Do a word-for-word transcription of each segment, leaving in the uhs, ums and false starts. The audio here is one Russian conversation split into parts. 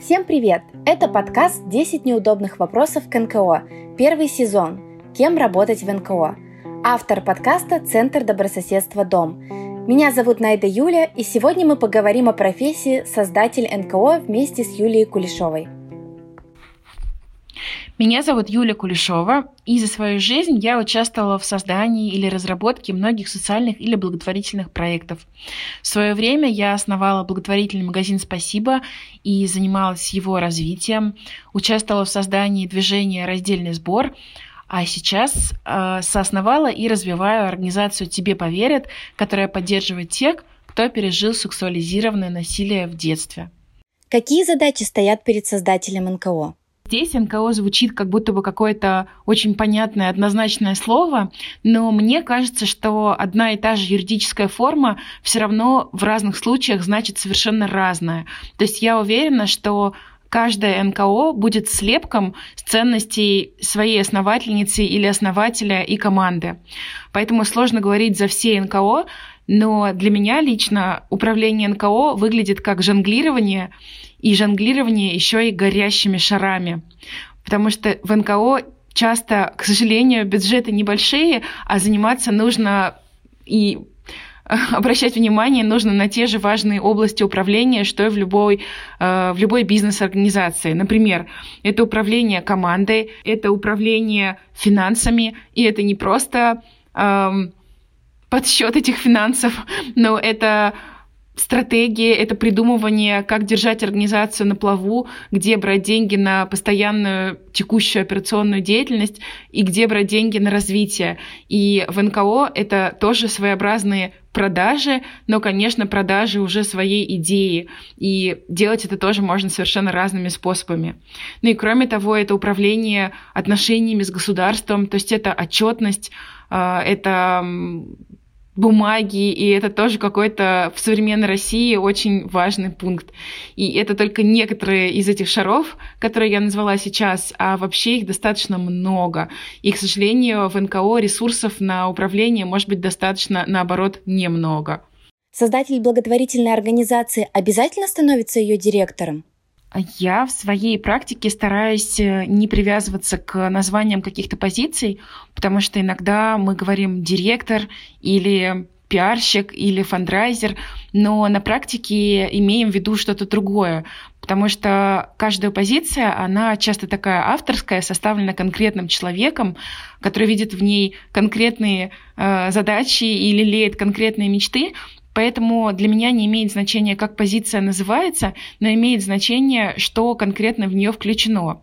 Всем привет! Это подкаст «десять неудобных вопросов к эн ка о», первый сезон «Кем работать в эн ка о?». Автор подкаста «Центр добрососедства Дом». Меня зовут Найда Юля, и сегодня мы поговорим о профессии создатель эн ка о вместе с Юлией Кулешовой. Меня зовут Юлия Кулешова, и за свою жизнь я участвовала в создании или разработке многих социальных или благотворительных проектов. В свое время я основала благотворительный магазин «Спасибо» и занималась его развитием, участвовала в создании движения «Раздельный сбор», а сейчас э, соосновала и развиваю организацию «Тебе поверят», которая поддерживает тех, кто пережил сексуализированное насилие в детстве. Какие задачи стоят перед создателем эн ка о? Здесь эн ка о звучит как будто бы какое-то очень понятное, однозначное слово, но мне кажется, что одна и та же юридическая форма все равно в разных случаях значит совершенно разное. То есть я уверена, что каждая эн ка о будет слепком с ценностей своей основательницы или основателя и команды. Поэтому сложно говорить за все эн ка о, но для меня лично управление эн ка о выглядит как жонглирование, и жонглирование еще и горящими шарами. Потому что в эн ка о часто, к сожалению, бюджеты небольшие, а заниматься нужно и обращать внимание нужно на те же важные области управления, что и в любой, в любой бизнес-организации. Например, это управление командой, это управление финансами, и это не просто эм, подсчет этих финансов, но это стратегия, это придумывание, как держать организацию на плаву, где брать деньги на постоянную текущую операционную деятельность и где брать деньги на развитие. И в эн ка о это тоже своеобразные продажи, но, конечно, продажи уже своей идеи. И делать это тоже можно совершенно разными способами. Ну и кроме того, это управление отношениями с государством, то есть это отчетность, это бумаги, и это тоже какой-то в современной России очень важный пункт. И это только некоторые из этих шаров, которые я назвала сейчас, а вообще их достаточно много. И, к сожалению, в эн ка о ресурсов на управление может быть достаточно, наоборот, немного. Создатель благотворительной организации обязательно становится ее директором? Я в своей практике стараюсь не привязываться к названиям каких-то позиций, потому что иногда мы говорим «директор» или «пиарщик» или «фандрайзер», но на практике имеем в виду что-то другое, потому что каждая позиция, она часто такая авторская, составлена конкретным человеком, который видит в ней конкретные э, задачи и лелеет конкретные мечты. Поэтому для меня не имеет значения, как позиция называется, но имеет значение, что конкретно в нее включено.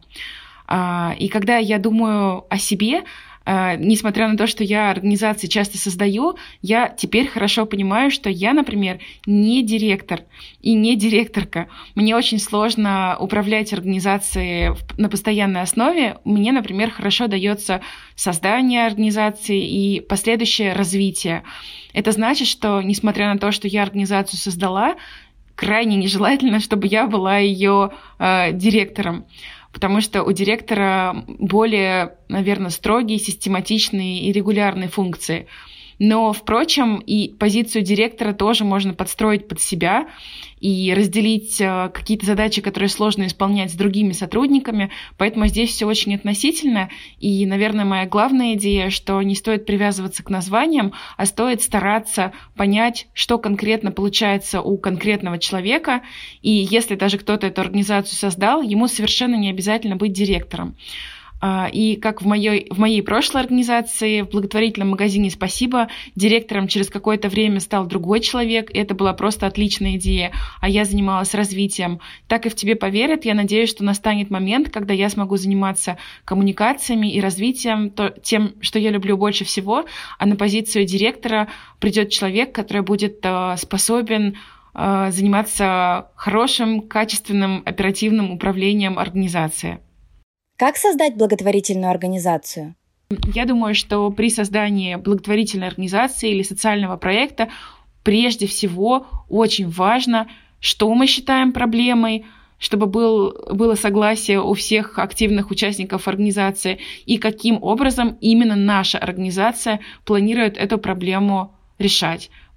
И когда я думаю о себе, несмотря на то, что я организации часто создаю, я теперь хорошо понимаю, что я, например, не директор и не директорка. Мне очень сложно управлять организацией на постоянной основе. Мне, например, хорошо дается создание организации и последующее развитие. Это значит, что, несмотря на то, что я организацию создала, крайне нежелательно, чтобы я была ее э, директором. Потому что у директора более, наверное, строгие, систематичные и регулярные функции. Но, впрочем, и позицию директора тоже можно подстроить под себя и разделить какие-то задачи, которые сложно исполнять с другими сотрудниками. Поэтому здесь все очень относительно. И, наверное, моя главная идея, что не стоит привязываться к названиям, а стоит стараться понять, что конкретно получается у конкретного человека. И если даже кто-то эту организацию создал, ему совершенно не обязательно быть директором. И как в моей, в моей прошлой организации, в благотворительном магазине «Спасибо», директором через какое-то время стал другой человек, и это была просто отличная идея, а я занималась развитием. Так и в «Тебе поверят». Я надеюсь, что настанет момент, когда я смогу заниматься коммуникациями и развитием, то, тем, что я люблю больше всего, а на позицию директора придет человек, который будет э, способен э, заниматься хорошим, качественным, оперативным управлением организацией. Как создать благотворительную организацию? Я думаю, что при создании благотворительной организации или социального проекта прежде всего очень важно, что мы считаем проблемой, чтобы был, было согласие у всех активных участников организации, и каким образом именно наша организация планирует эту проблему решать.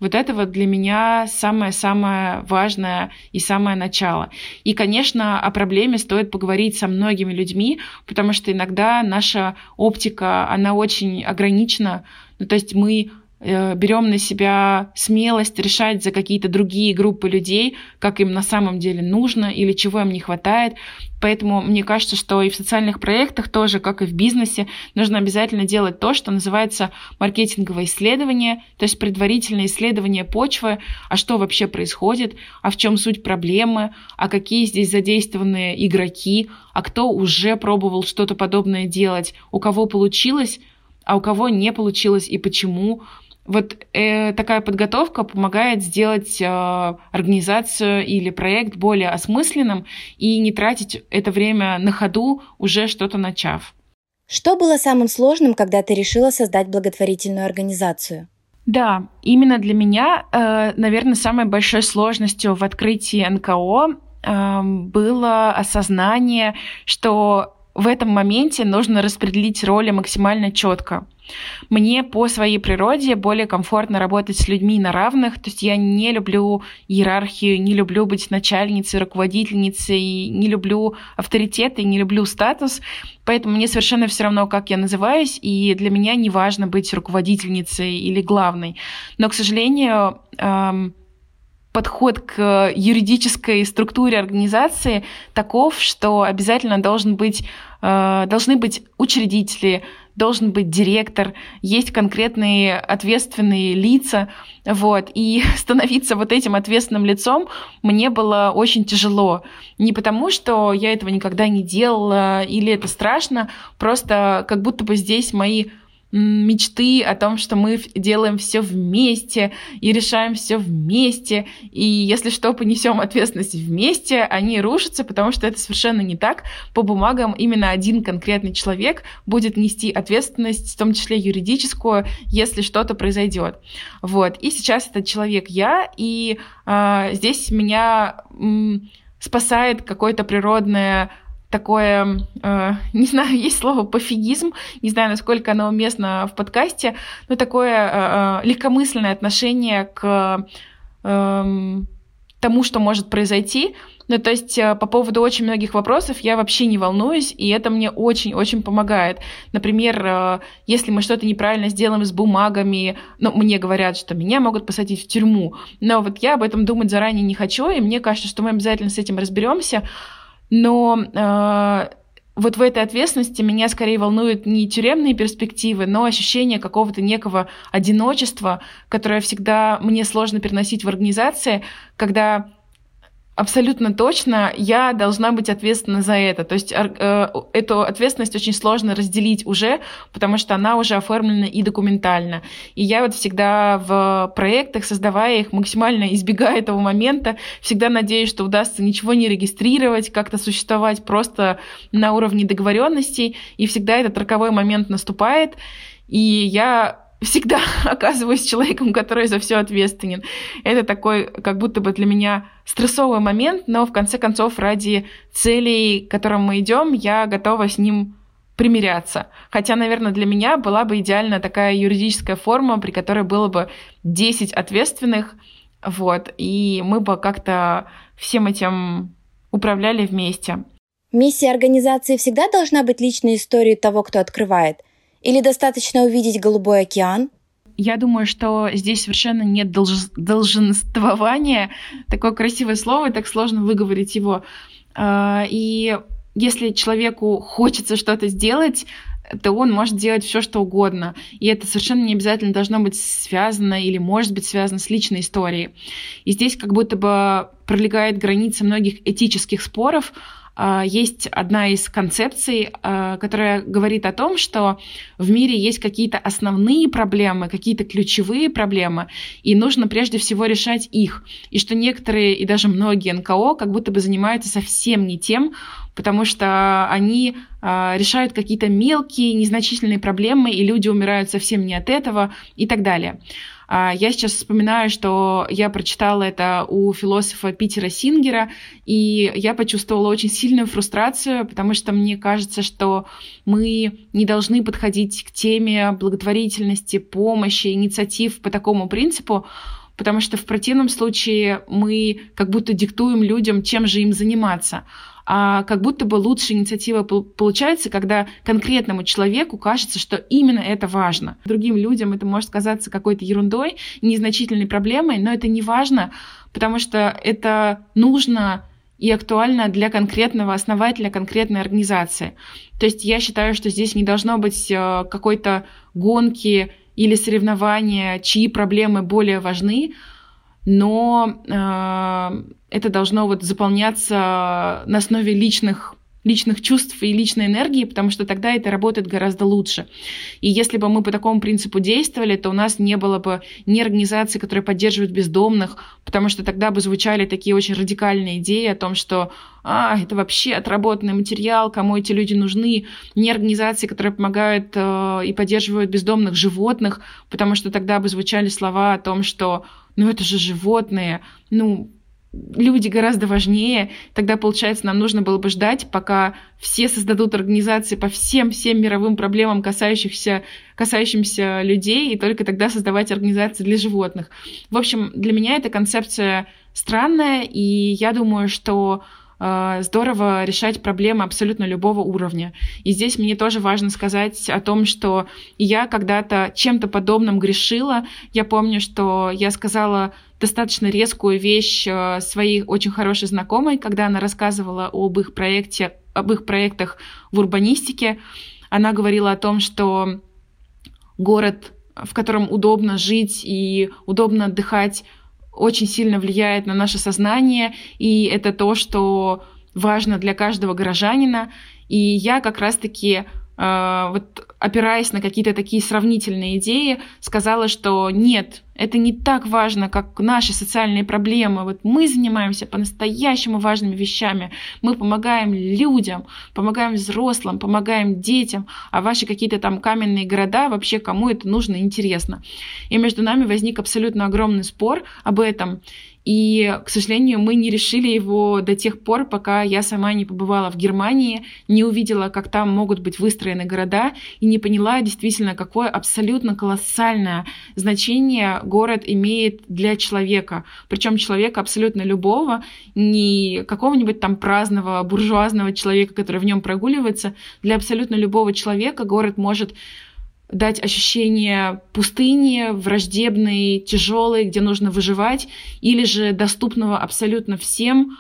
Вот это вот для меня самое-самое важное и самое начало. И, конечно, о проблеме стоит поговорить со многими людьми, потому что иногда наша оптика, она очень ограничена. Ну, то есть мы берем на себя смелость решать за какие-то другие группы людей, как им на самом деле нужно или чего им не хватает. Поэтому мне кажется, что и в социальных проектах тоже, как и в бизнесе, нужно обязательно делать то, что называется маркетинговое исследование, то есть предварительное исследование почвы, а что вообще происходит, а в чем суть проблемы, а какие здесь задействованы игроки, а кто уже пробовал что-то подобное делать, у кого получилось, а у кого не получилось и почему. Вот э, такая подготовка помогает сделать э, организацию или проект более осмысленным и не тратить это время на ходу, уже что-то начав. Что было самым сложным, когда ты решила создать благотворительную организацию? Да, именно для меня, э, наверное, самой большой сложностью в открытии эн ка о э, было осознание, что в этом моменте нужно распределить роли максимально четко. Мне по своей природе более комфортно работать с людьми на равных, то есть я не люблю иерархию, не люблю быть начальницей, руководительницей, не люблю авторитеты, не люблю статус, поэтому мне совершенно все равно, как я называюсь, и для меня не важно быть руководительницей или главной. Но, к сожалению, эм, подход к юридической структуре организации таков, что обязательно должен быть, э, должны быть учредители, должен быть директор, есть конкретные ответственные лица, вот, и становиться вот этим ответственным лицом мне было очень тяжело. Не потому, что я этого никогда не делала или это страшно, просто как будто бы здесь мои мечты о том, что мы делаем все вместе и решаем все вместе, и если что, понесем ответственность вместе, они рушатся, потому что это совершенно не так. По бумагам именно один конкретный человек будет нести ответственность, в том числе юридическую, если что-то произойдет. Вот. И сейчас этот человек я, и э, здесь меня м, спасает какое-то природное такое, э, не знаю, есть слово пофигизм, не знаю, насколько оно уместно в подкасте, но такое э, легкомысленное отношение к э, тому, что может произойти. Ну, то есть э, по поводу очень многих вопросов я вообще не волнуюсь, и это мне очень-очень помогает. Например, э, если мы что-то неправильно сделаем с бумагами, ну, мне говорят, что меня могут посадить в тюрьму, но вот я об этом думать заранее не хочу, и мне кажется, что мы обязательно с этим разберемся. Но э, вот в этой ответственности меня скорее волнуют не тюремные перспективы, но ощущение какого-то некого одиночества, которое всегда мне сложно переносить в организации, когда абсолютно точно я должна быть ответственна за это. То есть э, эту ответственность очень сложно разделить уже, потому что она уже оформлена и документально. И я вот всегда в проектах, создавая их, максимально избегаю этого момента, всегда надеюсь, что удастся ничего не регистрировать, как-то существовать просто на уровне договоренностей, и всегда этот роковой момент наступает, и я всегда оказываюсь человеком, который за все ответственен. Это такой, как будто бы для меня стрессовый момент, но в конце концов ради целей, к которым мы идем, я готова с ним примиряться. Хотя, наверное, для меня была бы идеальна такая юридическая форма, при которой было бы десять ответственных, вот, и мы бы как-то всем этим управляли вместе. Миссия организации всегда должна быть личной историей того, кто открывает? Или достаточно увидеть голубой океан? Я думаю, что здесь совершенно нет долж... долженствования. Такое красивое слово, и так сложно выговорить его. И если человеку хочется что-то сделать, то он может делать все, что угодно. И это совершенно не обязательно должно быть связано или может быть связано с личной историей. И здесь как будто бы пролегает граница многих этических споров. Есть одна из концепций, которая говорит о том, что в мире есть какие-то основные проблемы, какие-то ключевые проблемы, и нужно прежде всего решать их. И что некоторые, и даже многие эн ка о как будто бы занимаются совсем не тем, потому что они решают какие-то мелкие, незначительные проблемы, и люди умирают совсем не от этого, и так далее. Я сейчас вспоминаю, что я прочитала это у философа Питера Сингера, и я почувствовала очень сильную фрустрацию, потому что мне кажется, что мы не должны подходить к теме благотворительности, помощи, инициатив по такому принципу, потому что в противном случае мы как будто диктуем людям, чем же им заниматься. А как будто бы лучшая инициатива получается, когда конкретному человеку кажется, что именно это важно. Другим людям это может казаться какой-то ерундой, незначительной проблемой, но это не важно, потому что это нужно и актуально для конкретного основателя конкретной организации. То есть я считаю, что здесь не должно быть какой-то гонки или соревнования, чьи проблемы более важны, но э, это должно вот заполняться на основе личных, личных чувств и личной энергии, потому что тогда это работает гораздо лучше. И если бы мы по такому принципу действовали, то у нас не было бы ни организаций, которые поддерживают бездомных, потому что тогда бы звучали такие очень радикальные идеи о том, что а, это вообще отработанный материал, кому эти люди нужны, ни организации, которые помогают э, и поддерживают бездомных животных, потому что тогда бы звучали слова о том, что ну это же животные, ну люди гораздо важнее. Тогда, получается, нам нужно было бы ждать, пока все создадут организации по всем-всем мировым проблемам, касающихся, касающимся людей, и только тогда создавать организации для животных. В общем, для меня эта концепция странная, и я думаю, что здорово решать проблемы абсолютно любого уровня. И здесь мне тоже важно сказать о том, что я когда-то чем-то подобным грешила. Я помню, что я сказала достаточно резкую вещь своей очень хорошей знакомой, когда она рассказывала об их проекте, об их проектах в урбанистике. Она говорила о том, что город, в котором удобно жить и удобно отдыхать, очень сильно влияет на наше сознание, и это то, что важно для каждого горожанина. И я как раз-таки, э, вот, опираясь на какие-то такие сравнительные идеи, сказала, что нет, это не так важно, как наши социальные проблемы. Вот мы занимаемся по-настоящему важными вещами. Мы помогаем людям, помогаем взрослым, помогаем детям, а ваши какие-то там каменные города, вообще кому это нужно и интересно. И между нами возник абсолютно огромный спор об этом. И, к сожалению, мы не решили его до тех пор, пока я сама не побывала в Германии, не увидела, как там могут быть выстроены города, и не поняла действительно, какое абсолютно колоссальное значение город имеет для человека. Причем человека абсолютно любого, не какого-нибудь там праздного, буржуазного человека, который в нем прогуливается. Для абсолютно любого человека город может дать ощущение пустыни, враждебной, тяжелой, где нужно выживать, или же доступного абсолютно всем,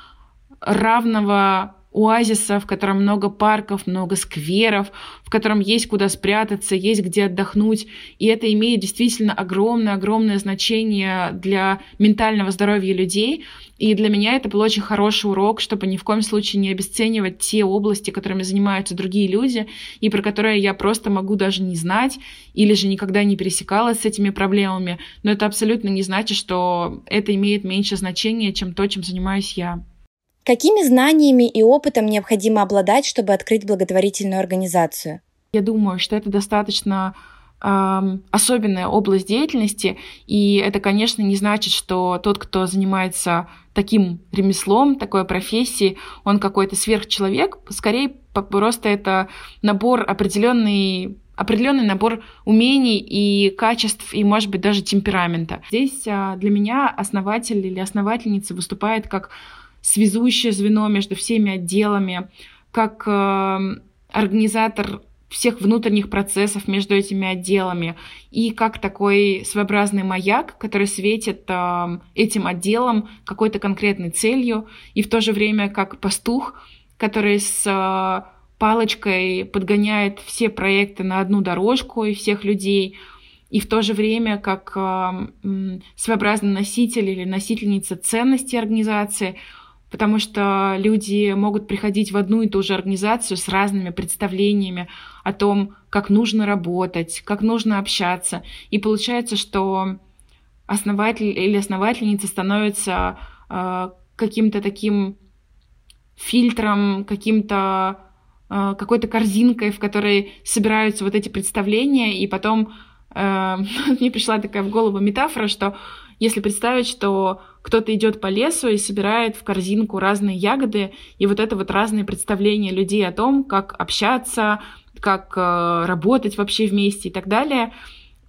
равного оазиса, в котором много парков, много скверов, в котором есть куда спрятаться, есть где отдохнуть. И это имеет действительно огромное-огромное значение для ментального здоровья людей. И для меня это был очень хороший урок, чтобы ни в коем случае не обесценивать те области, которыми занимаются другие люди, и про которые я просто могу даже не знать, или же никогда не пересекалась с этими проблемами. Но это абсолютно не значит, что это имеет меньше значения, чем то, чем занимаюсь я. Какими знаниями и опытом необходимо обладать, чтобы открыть благотворительную организацию? Я думаю, что это достаточно э, особенная область деятельности, и это, конечно, не значит, что тот, кто занимается таким ремеслом, такой профессией, он какой-то сверхчеловек. Скорее, просто это набор определенный определенный набор умений и качеств, и, может быть, даже темперамента. Здесь э, для меня основатель или основательница выступает как связующее звено между всеми отделами, как э, организатор всех внутренних процессов между этими отделами и как такой своеобразный маяк, который светит э, этим отделам какой-то конкретной целью, и в то же время как пастух, который с э, палочкой подгоняет все проекты на одну дорожку и всех людей, и в то же время как э, своеобразный носитель или носительница ценностей организации, потому что люди могут приходить в одну и ту же организацию с разными представлениями о том, как нужно работать, как нужно общаться. И получается, что основатель или основательница становится э, каким-то таким фильтром, каким-то, э, какой-то корзинкой, в которой собираются вот эти представления, и потом э, мне пришла такая в голову метафора, что если представить, что кто-то идет по лесу и собирает в корзинку разные ягоды, и вот это вот разные представления людей о том, как общаться, как э, работать вообще вместе и так далее.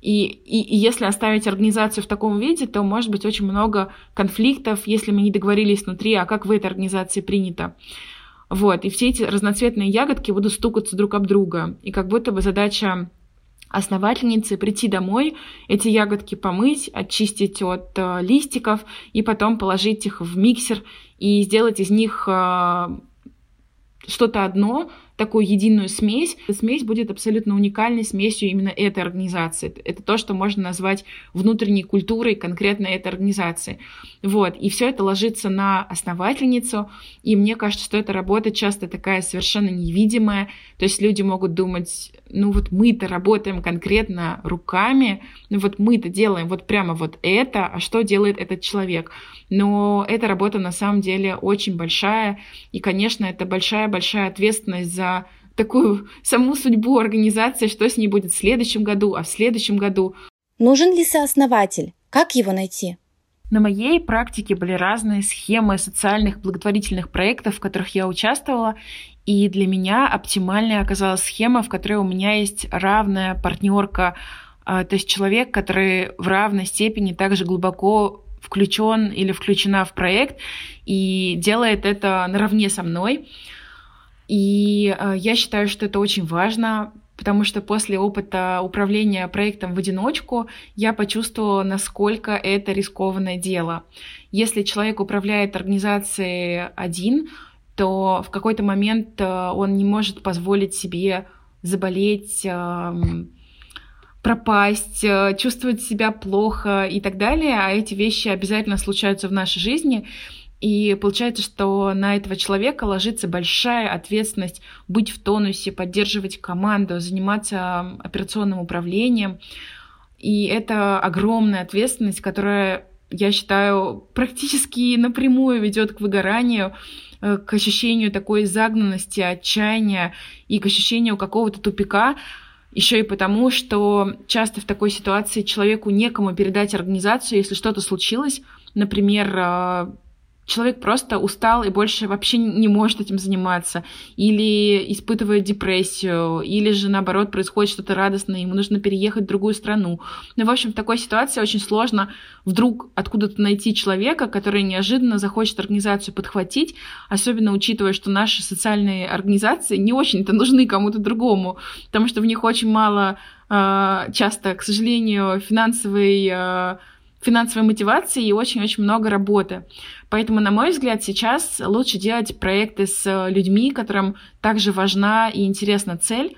И, и, и если оставить организацию в таком виде, то может быть очень много конфликтов, если мы не договорились внутри, а как в этой организации принято. Вот. И все эти разноцветные ягодки будут стукаться друг об друга. И как будто бы задача основательницы прийти домой, эти ягодки помыть, очистить от э, листиков и потом положить их в миксер и сделать из них э, что-то одно, такую единую смесь. Эта смесь будет абсолютно уникальной смесью именно этой организации. Это то, что можно назвать внутренней культурой конкретно этой организации. Вот. И все это ложится на основательницу, и мне кажется, что эта работа часто такая совершенно невидимая. То есть люди могут думать, ну вот мы-то работаем конкретно руками, ну вот мы-то делаем вот прямо вот это, а что делает этот человек? Но эта работа на самом деле очень большая, и, конечно, это большая-большая ответственность за такую саму судьбу организации, что с ней будет в следующем году, а в следующем году. Нужен ли сооснователь? Как его найти? На моей практике были разные схемы социальных благотворительных проектов, в которых я участвовала, и для меня оптимальной оказалась схема, в которой у меня есть равная партнерка, то есть человек, который в равной степени также глубоко включен или включена в проект и делает это наравне со мной. И я считаю, что это очень важно, потому что после опыта управления проектом в одиночку я почувствовала, насколько это рискованное дело. Если человек управляет организацией один, то в какой-то момент он не может позволить себе заболеть, пропасть, чувствовать себя плохо и так далее, а эти вещи обязательно случаются в нашей жизни. И получается, что на этого человека ложится большая ответственность быть в тонусе, поддерживать команду, заниматься операционным управлением. И это огромная ответственность, которая, я считаю, практически напрямую ведет к выгоранию, к ощущению такой загнанности, отчаяния и к ощущению какого-то тупика. Еще и потому, что часто в такой ситуации человеку некому передать организацию, если что-то случилось. Например, человек просто устал и больше вообще не может этим заниматься, или испытывает депрессию, или же, наоборот, происходит что-то радостное, ему нужно переехать в другую страну. Ну, в общем, в такой ситуации очень сложно вдруг откуда-то найти человека, который неожиданно захочет организацию подхватить, особенно учитывая, что наши социальные организации не очень-то нужны кому-то другому, потому что в них очень мало, часто, к сожалению, финансовой финансовой мотивации и очень-очень много работы. Поэтому, на мой взгляд, сейчас лучше делать проекты с людьми, которым также важна и интересна цель.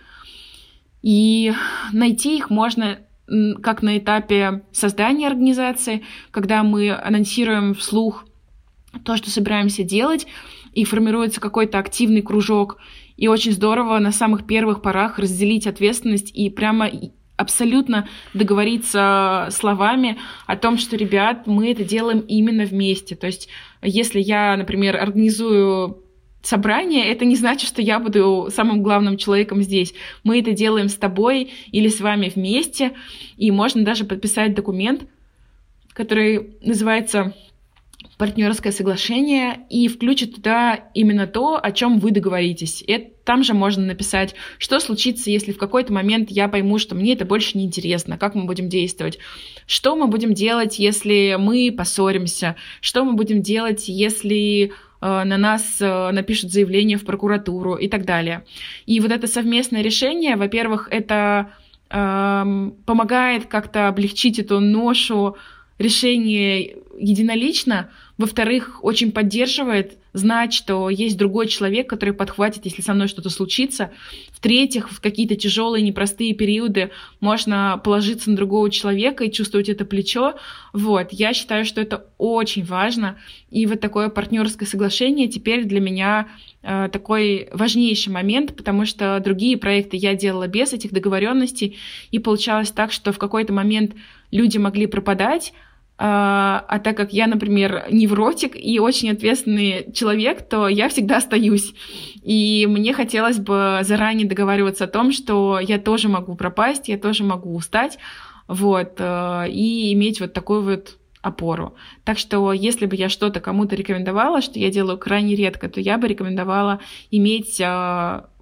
И найти их можно как на этапе создания организации, когда мы анонсируем вслух то, что собираемся делать, и формируется какой-то активный кружок. И очень здорово на самых первых порах разделить ответственность и прямо абсолютно договориться словами о том, что, ребят, мы это делаем именно вместе. То есть, если я, например, организую собрание, это не значит, что я буду самым главным человеком здесь. Мы это делаем с тобой или с вами вместе, и можно даже подписать документ, который называется партнерское соглашение, и включит туда именно то, о чем вы договоритесь. И там же можно написать, что случится, если в какой-то момент я пойму, что мне это больше не интересно, как мы будем действовать, что мы будем делать, если мы поссоримся, что мы будем делать, если э, на нас э, напишут заявление в прокуратуру и так далее. И вот это совместное решение, во-первых, это э, помогает как-то облегчить эту ношу решения единолично, во-вторых, очень поддерживает знать, что есть другой человек, который подхватит, если со мной что-то случится. В-третьих, в какие-то тяжелые, непростые периоды можно положиться на другого человека и чувствовать это плечо. Вот. Я считаю, что это очень важно. И вот такое партнерское соглашение теперь для меня э, такой важнейший момент, потому что другие проекты я делала без этих договоренностей, и получалось так, что в какой-то момент люди могли пропадать. А, а так как я, например, невротик и очень ответственный человек, то я всегда остаюсь. И мне хотелось бы заранее договариваться о том, что я тоже могу пропасть, я тоже могу устать, вот, и иметь вот такую вот опору. Так что если бы я что-то кому-то рекомендовала, что я делаю крайне редко, то я бы рекомендовала иметь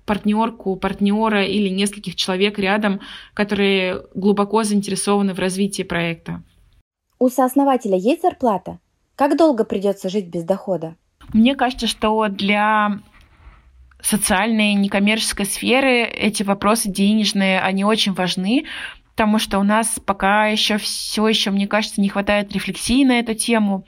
партнерку, партнера или нескольких человек рядом, которые глубоко заинтересованы в развитии проекта. У сооснователя есть зарплата? Как долго придется жить без дохода? Мне кажется, что для социальной, некоммерческой сферы эти вопросы денежные, они очень важны, потому что у нас пока еще все еще, мне кажется, не хватает рефлексии на эту тему.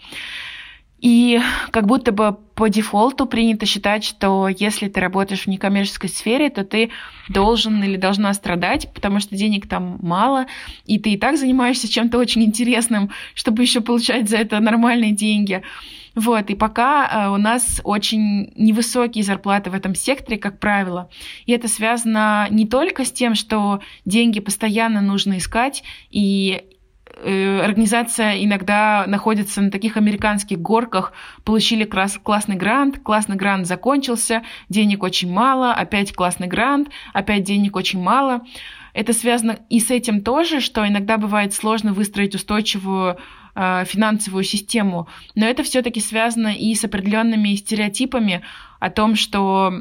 И как будто бы по дефолту принято считать, что если ты работаешь в некоммерческой сфере, то ты должен или должна страдать, потому что денег там мало, и ты и так занимаешься чем-то очень интересным, чтобы еще получать за это нормальные деньги. Вот, и пока у нас очень невысокие зарплаты в этом секторе, как правило. И это связано не только с тем, что деньги постоянно нужно искать, и организация иногда находится на таких американских горках, получили класс, классный грант, классный грант закончился, денег очень мало, опять классный грант, опять денег очень мало. Это связано и с этим тоже, что иногда бывает сложно выстроить устойчивую э, финансовую систему, но это все-таки связано и с определенными стереотипами о том, что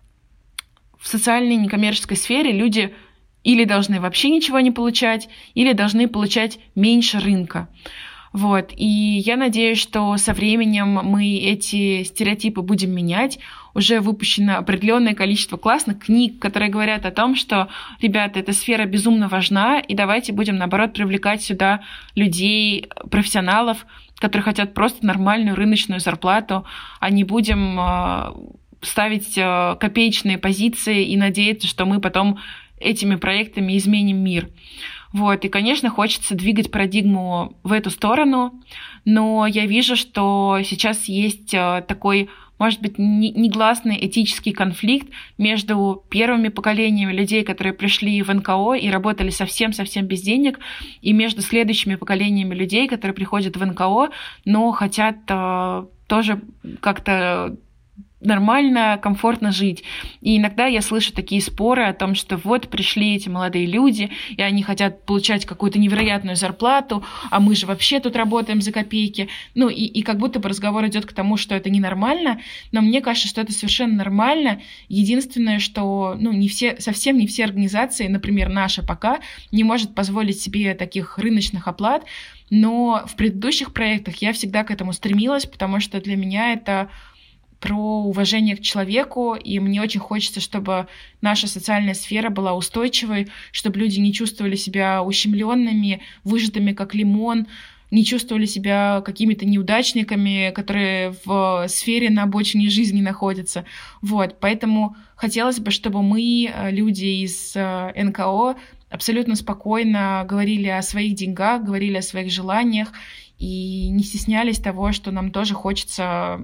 в социальной некоммерческой сфере люди или должны вообще ничего не получать, или должны получать меньше рынка. Вот. И я надеюсь, что со временем мы эти стереотипы будем менять. Уже выпущено определенное количество классных книг, которые говорят о том, что, ребята, эта сфера безумно важна, и давайте будем, наоборот, привлекать сюда людей, профессионалов, которые хотят просто нормальную рыночную зарплату, а не будем ставить копеечные позиции и надеяться, что мы потом этими проектами изменим мир. Вот. И, конечно, хочется двигать парадигму в эту сторону, но я вижу, что сейчас есть такой, может быть, негласный этический конфликт между первыми поколениями людей, которые пришли в эн ка о и работали совсем-совсем без денег, и между следующими поколениями людей, которые приходят в эн ка о, но хотят тоже как-то нормально, комфортно жить. И иногда я слышу такие споры о том, что вот пришли эти молодые люди, и они хотят получать какую-то невероятную зарплату, а мы же вообще тут работаем за копейки. Ну и, и как будто бы разговор идет к тому, что это ненормально, но мне кажется, что это совершенно нормально. Единственное, что ну, не все, совсем не все организации, например, наша пока, не может позволить себе таких рыночных оплат, но в предыдущих проектах я всегда к этому стремилась, потому что для меня это про уважение к человеку, и мне очень хочется, чтобы наша социальная сфера была устойчивой, чтобы люди не чувствовали себя ущемленными, выжатыми как лимон, не чувствовали себя какими-то неудачниками, которые в сфере на обочине жизни находятся. Вот, поэтому хотелось бы, чтобы мы, люди из эн ка о, абсолютно спокойно говорили о своих деньгах, говорили о своих желаниях и не стеснялись того, что нам тоже хочется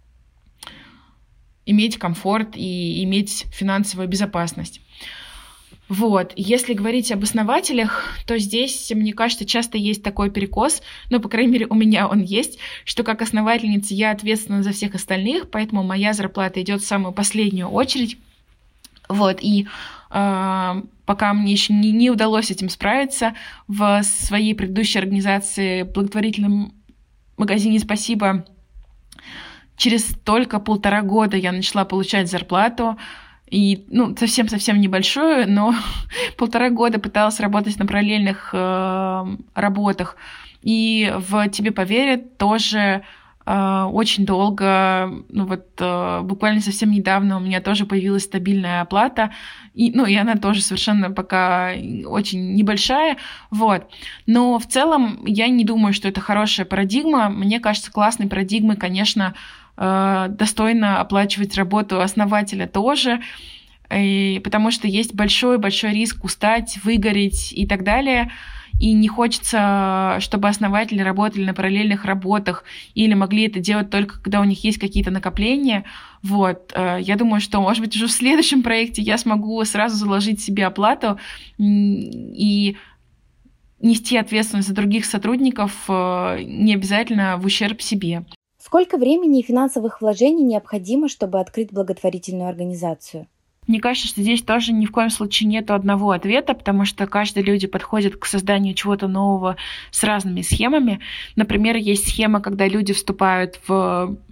иметь комфорт и иметь финансовую безопасность. Вот. Если говорить об основателях, то здесь, мне кажется, часто есть такой перекос, ну, по крайней мере, у меня он есть, что как основательница я ответственна за всех остальных, поэтому моя зарплата идет в самую последнюю очередь. Вот. И э, пока мне еще не, не удалось этим справиться, в своей предыдущей организации, благотворительном магазине «Спасибо», через только полтора года я начала получать зарплату, и, ну, совсем-совсем небольшую, но полтора года пыталась работать на параллельных э, работах. И в «Тебе поверят» тоже э, очень долго, ну вот э, буквально совсем недавно у меня тоже появилась стабильная оплата, и, ну, и она тоже совершенно пока очень небольшая, вот. Но в целом я не думаю, что это хорошая парадигма. Мне кажется, классной парадигмой, конечно, достойно оплачивать работу основателя тоже, и, потому что есть большой-большой риск устать, выгореть и так далее, и не хочется, чтобы основатели работали на параллельных работах или могли это делать только когда у них есть какие-то накопления. Вот. Я думаю, что, может быть, уже в следующем проекте я смогу сразу заложить себе оплату и нести ответственность за других сотрудников, не обязательно в ущерб себе. Сколько времени и финансовых вложений необходимо, чтобы открыть благотворительную организацию? Мне кажется, что здесь тоже ни в коем случае нет одного ответа, потому что каждый люди подходит к созданию чего-то нового с разными схемами. Например, есть схема, когда люди вступают в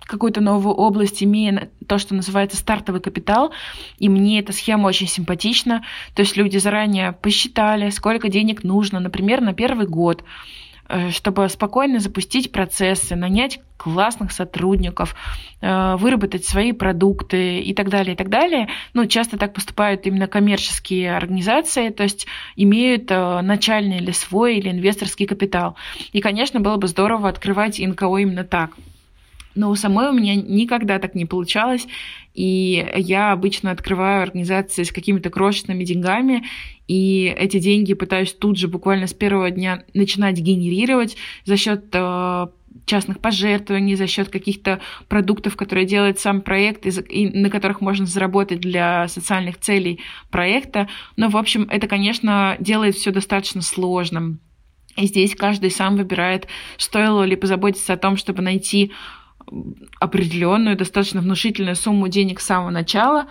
какую-то новую область, имея то, что называется стартовый капитал, и мне эта схема очень симпатична. То есть люди заранее посчитали, сколько денег нужно, например, на первый год, чтобы спокойно запустить процессы, нанять классных сотрудников, выработать свои продукты и так далее, и так далее. Ну, часто так поступают именно коммерческие организации, то есть имеют начальный или свой, или инвесторский капитал. И, конечно, было бы здорово открывать эн ка о именно так. Но у самой у меня никогда так не получалось, и я обычно открываю организации с какими-то крошечными деньгами, и эти деньги пытаюсь тут же буквально с первого дня начинать генерировать за счет э, частных пожертвований, за счет каких-то продуктов, которые делает сам проект, и на которых можно заработать для социальных целей проекта. Но, в общем, это, конечно, делает все достаточно сложным. И здесь каждый сам выбирает, стоило ли позаботиться о том, чтобы найти определенную, достаточно внушительную сумму денег с самого начала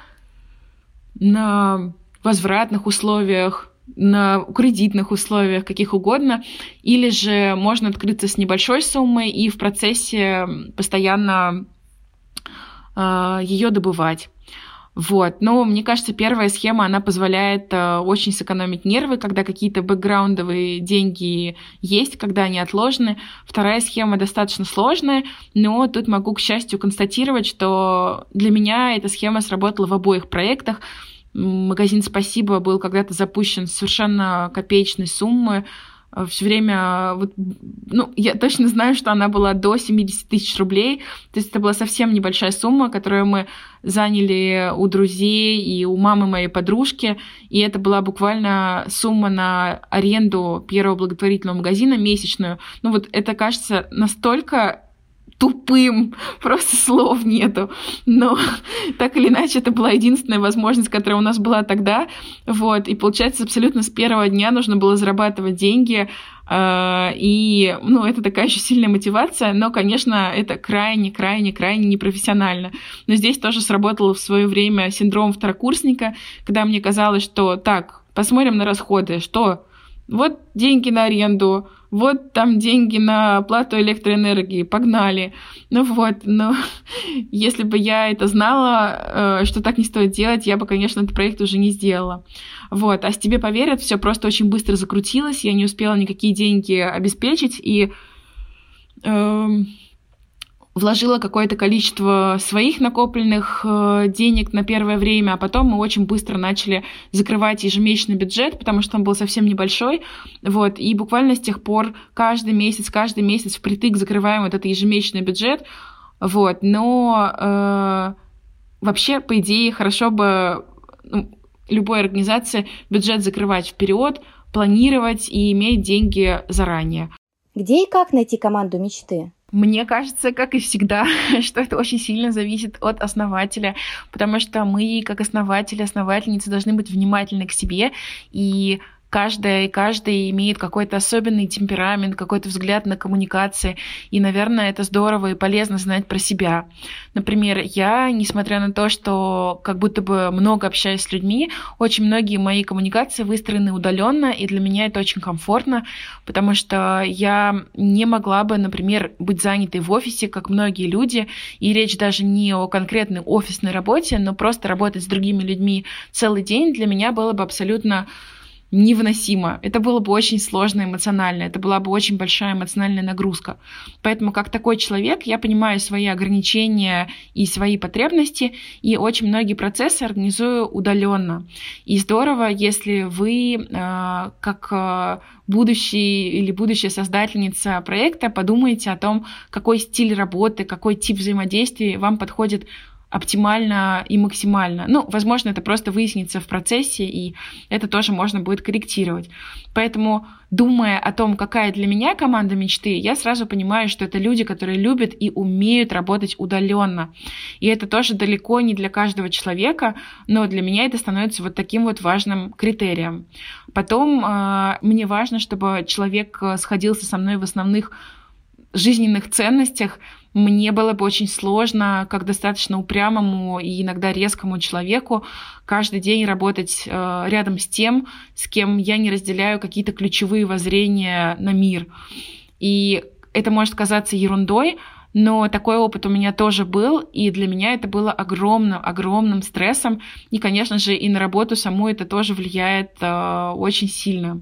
на возвратных условиях, на кредитных условиях, каких угодно, или же можно открыться с небольшой суммой и в процессе постоянно э, ее добывать. Вот. Но мне кажется, первая схема, она позволяет э, очень сэкономить нервы, когда какие-то бэкграундовые деньги есть, когда они отложены. Вторая схема достаточно сложная, но тут могу, к счастью, констатировать, что для меня эта схема сработала в обоих проектах. Магазин «Спасибо» был когда-то запущен с совершенно копеечной суммы. Все время, вот, ну, я точно знаю, что она была до семьдесят тысяч рублей, то есть это была совсем небольшая сумма, которую мы заняли у друзей и у мамы моей подружки, и это была буквально сумма на аренду первого благотворительного магазина месячную. Ну вот это кажется настолько тупым, просто слов нету. Но так или иначе, это была единственная возможность, которая у нас была тогда. Вот. И получается, абсолютно с первого дня нужно было зарабатывать деньги. И, ну, это такая еще сильная мотивация, но, конечно, это крайне-крайне-крайне непрофессионально. Но здесь тоже сработало в свое время синдром второкурсника, когда мне казалось, что так, посмотрим на расходы, что вот деньги на аренду, вот там деньги на оплату электроэнергии, погнали. Ну вот, но если бы я это знала, что так не стоит делать, я бы, конечно, этот проект уже не сделала. Вот, а с «Тебе поверят» все просто очень быстро закрутилось, я не успела никакие деньги обеспечить, и э, вложила какое-то количество своих накопленных э, денег на первое время, а потом мы очень быстро начали закрывать ежемесячный бюджет, потому что он был совсем небольшой, вот, и буквально с тех пор каждый месяц, каждый месяц впритык закрываем вот этот ежемесячный бюджет, вот, но э, вообще, по идее, хорошо бы, ну, любой организации бюджет закрывать вперед, планировать и иметь деньги заранее. Где и как найти команду мечты? Мне кажется, как и всегда, что это очень сильно зависит от основателя, потому что мы, как основатели, основательницы, должны быть внимательны к себе, и каждая и каждый имеет какой-то особенный темперамент, какой-то взгляд на коммуникации, и, наверное, это здорово и полезно знать про себя. Например, я, несмотря на то, что как будто бы много общаюсь с людьми, очень многие мои коммуникации выстроены удаленно, и для меня это очень комфортно, потому что я не могла бы, например, быть занятой в офисе, как многие люди, и речь даже не о конкретной офисной работе, но просто работать с другими людьми целый день для меня было бы абсолютно невыносимо. Это было бы очень сложно эмоционально, это была бы очень большая эмоциональная нагрузка. Поэтому как такой человек я понимаю свои ограничения и свои потребности, и очень многие процессы организую удаленно. И здорово, если вы э, как э, будущий или будущая создательница проекта подумаете о том, какой стиль работы, какой тип взаимодействия вам подходит оптимально и максимально. Ну, возможно, это просто выяснится в процессе, и это тоже можно будет корректировать. Поэтому, думая о том, какая для меня команда мечты, я сразу понимаю, что это люди, которые любят и умеют работать удаленно. И это тоже далеко не для каждого человека, но для меня это становится вот таким вот важным критерием. Потом э, мне важно, чтобы человек сходился со мной в основных жизненных ценностях. Мне было бы очень сложно, как достаточно упрямому и иногда резкому человеку, каждый день работать э, рядом с тем, с кем я не разделяю какие-то ключевые воззрения на мир. И это может казаться ерундой, но такой опыт у меня тоже был, и для меня это было огромным-огромным стрессом, и, конечно же, и на работу саму это тоже влияет э, очень сильно.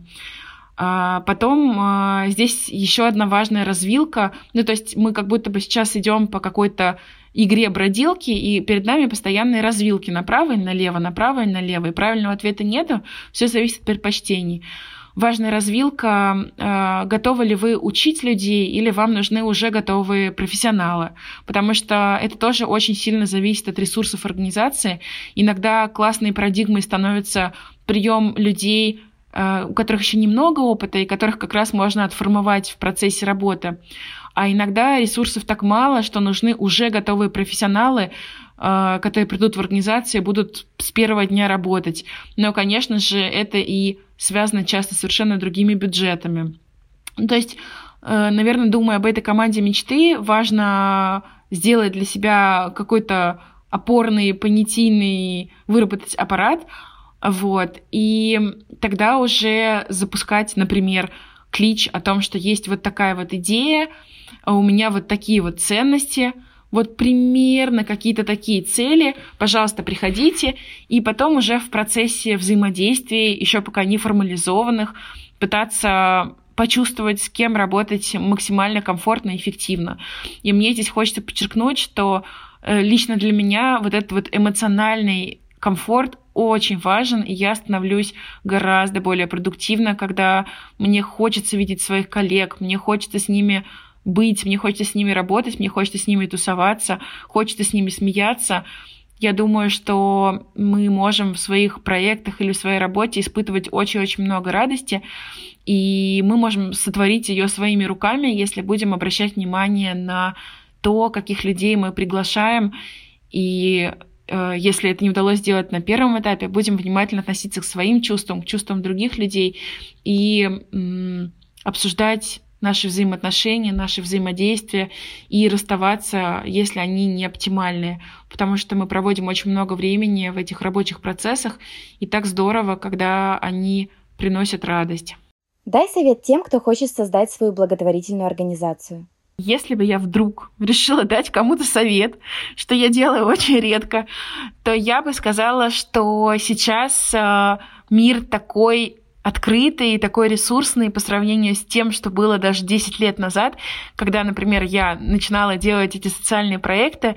А потом а, здесь еще одна важная развилка, ну, то есть мы как будто бы сейчас идем по какой-то игре бродилки, и перед нами постоянные развилки направо и налево, направо и налево, и правильного ответа нету, все зависит от предпочтений. Важная развилка, а, готовы ли вы учить людей, или вам нужны уже готовые профессионалы, потому что это тоже очень сильно зависит от ресурсов организации. Иногда классной парадигмой становится прием людей, у которых еще немного опыта, и которых как раз можно отформовать в процессе работы. А иногда ресурсов так мало, что нужны уже готовые профессионалы, которые придут в организацию и будут с первого дня работать. Но, конечно же, это и связано часто с совершенно другими бюджетами. То есть, наверное, думая об этой команде мечты, важно сделать для себя какой-то опорный, понятийный, выработать аппарат, вот, и тогда уже запускать, например, клич о том, что есть вот такая вот идея, а у меня вот такие вот ценности, вот примерно какие-то такие цели, пожалуйста, приходите, и потом уже в процессе взаимодействия, еще пока не формализованных, пытаться почувствовать, с кем работать максимально комфортно и эффективно. И мне здесь хочется подчеркнуть, что лично для меня вот этот вот эмоциональный комфорт очень важен, и я становлюсь гораздо более продуктивно, когда мне хочется видеть своих коллег, мне хочется с ними быть, мне хочется с ними работать, мне хочется с ними тусоваться, хочется с ними смеяться. Я думаю, что мы можем в своих проектах или в своей работе испытывать очень-очень много радости, и мы можем сотворить ее своими руками, если будем обращать внимание на то, каких людей мы приглашаем, и если это не удалось сделать на первом этапе, будем внимательно относиться к своим чувствам, к чувствам других людей и м, обсуждать наши взаимоотношения, наши взаимодействия и расставаться, если они не оптимальные, потому что мы проводим очень много времени в этих рабочих процессах, и так здорово, когда они приносят радость. Дай совет тем, кто хочет создать свою благотворительную организацию. Если бы я вдруг решила дать кому-то совет, что я делаю очень редко, то я бы сказала, что сейчас э, мир такой открытый, такой ресурсный по сравнению с тем, что было даже десять лет назад, когда, например, я начинала делать эти социальные проекты,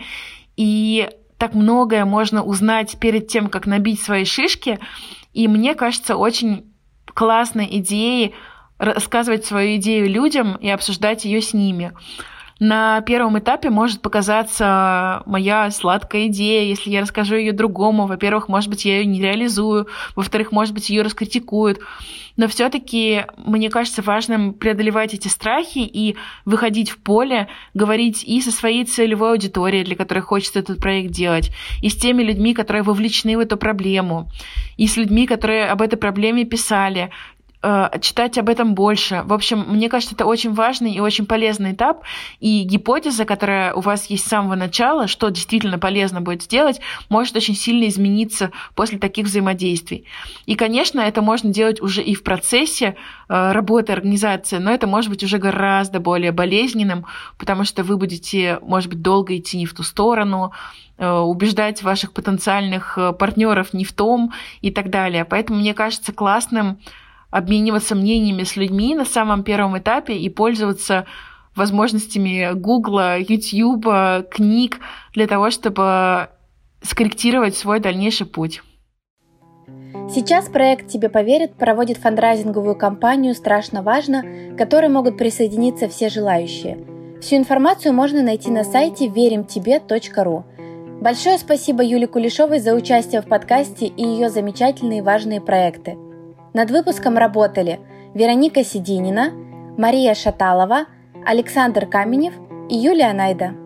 и так многое можно узнать перед тем, как набить свои шишки, и мне кажется, очень классной идеей рассказывать свою идею людям и обсуждать ее с ними. На первом этапе может показаться моя сладкая идея, если я расскажу ее другому. Во-первых, может быть, я ее не реализую. Во-вторых, может быть, ее раскритикуют. Но все-таки мне кажется важным преодолевать эти страхи и выходить в поле, говорить и со своей целевой аудиторией, для которой хочется этот проект делать, и с теми людьми, которые вовлечены в эту проблему, и с людьми, которые об этой проблеме писали, читать об этом больше. В общем, мне кажется, это очень важный и очень полезный этап, и гипотеза, которая у вас есть с самого начала, что действительно полезно будет сделать, может очень сильно измениться после таких взаимодействий. И, конечно, это можно делать уже и в процессе работы организации, но это может быть уже гораздо более болезненным, потому что вы будете, может быть, долго идти не в ту сторону, убеждать ваших потенциальных партнеров не в том и так далее. Поэтому мне кажется классным обмениваться мнениями с людьми на самом первом этапе и пользоваться возможностями Гугла, Ютьюба, книг для того, чтобы скорректировать свой дальнейший путь. Сейчас проект «Тебе поверят» проводит фандрайзинговую кампанию «Страшно важно», к которой могут присоединиться все желающие. Всю информацию можно найти на сайте верим тебе точка ру. Большое спасибо Юле Кулешовой за участие в подкасте и ее замечательные и важные проекты. Над выпуском работали Вероника Сидинина, Мария Шаталова, Александр Каменев и Юлия Найда.